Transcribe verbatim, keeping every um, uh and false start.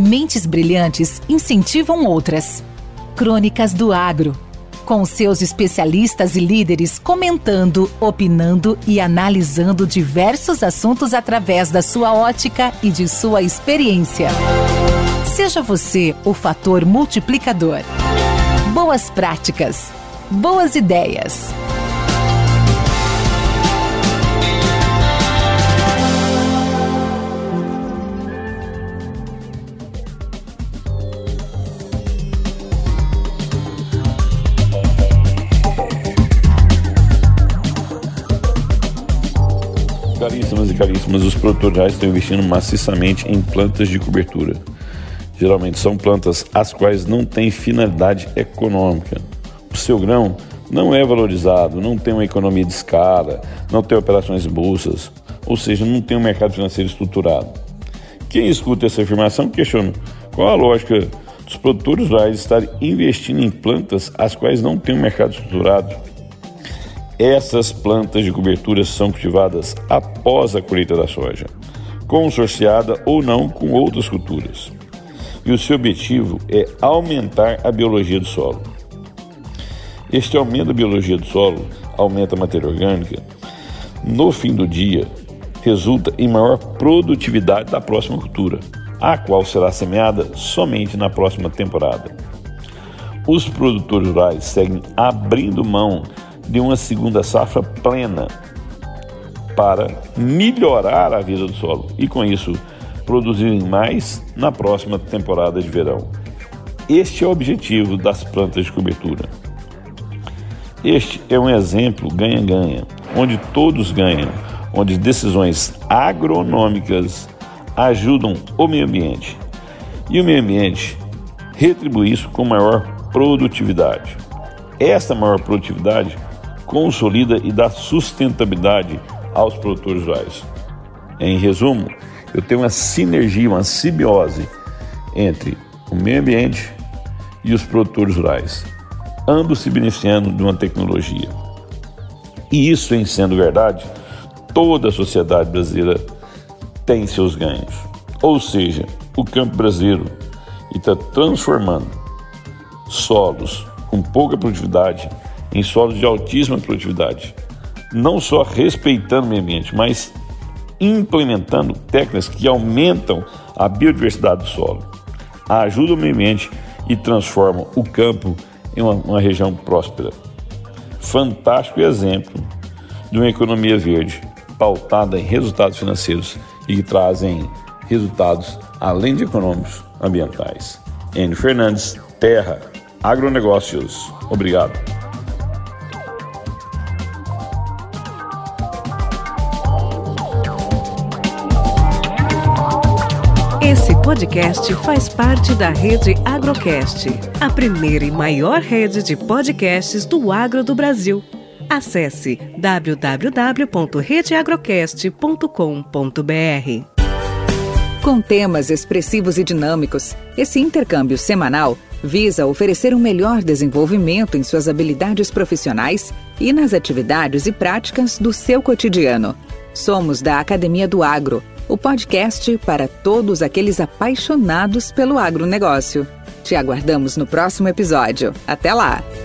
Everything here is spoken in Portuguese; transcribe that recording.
Mentes brilhantes incentivam outras. Crônicas do Agro, com seus especialistas e líderes comentando, opinando e analisando diversos assuntos através da sua ótica e de sua experiência. Seja você o fator multiplicador. Boas práticas, boas ideias. Caríssimas e caríssimas, os produtores rurais estão investindo maciçamente em plantas de cobertura. Geralmente são plantas as quais não têm finalidade econômica. O seu grão não é valorizado, não tem uma economia de escala, não tem operações em bolsas, ou seja, não tem um mercado financeiro estruturado. Quem escuta essa afirmação questiona qual a lógica dos produtores rurais estarem investindo em plantas as quais não têm um mercado estruturado. Essas plantas de cobertura são cultivadas após a colheita da soja, consorciada ou não com outras culturas. E o seu objetivo é aumentar a biologia do solo. Este aumento da biologia do solo aumenta a matéria orgânica. No fim do dia, resulta em maior produtividade da próxima cultura, a qual será semeada somente na próxima temporada. Os produtores rurais seguem abrindo mão de uma segunda safra plena para melhorar a vida do solo e, com isso, produzirem mais na próxima temporada de verão. Este é o objetivo das plantas de cobertura. Este é um exemplo ganha-ganha, onde todos ganham, onde decisões agronômicas ajudam o meio ambiente e o meio ambiente retribui isso com maior produtividade. Esta maior produtividade consolida e dá sustentabilidade aos produtores rurais. Em resumo, eu tenho uma sinergia, uma simbiose entre o meio ambiente e os produtores rurais, ambos se beneficiando de uma tecnologia. E isso, em sendo verdade, toda a sociedade brasileira tem seus ganhos. Ou seja, o campo brasileiro está transformando solos com pouca produtividade em solos de altíssima produtividade, não só respeitando o meio ambiente, mas implementando técnicas que aumentam a biodiversidade do solo, ajudam o meio ambiente e transformam o campo em uma, uma região próspera. Fantástico exemplo de uma economia verde pautada em resultados financeiros e que trazem resultados além de econômicos, ambientais. Enio Fernandes, Terra, Agronegócios. Obrigado. Esse podcast faz parte da Rede Agrocast, a primeira e maior rede de podcasts do agro do Brasil. Acesse w w w ponto rede agrocast ponto com ponto b r. Com temas expressivos e dinâmicos, esse intercâmbio semanal visa oferecer um melhor desenvolvimento em suas habilidades profissionais e nas atividades e práticas do seu cotidiano. Somos da Academia do Agro, o podcast para todos aqueles apaixonados pelo agronegócio. Te aguardamos no próximo episódio. Até lá!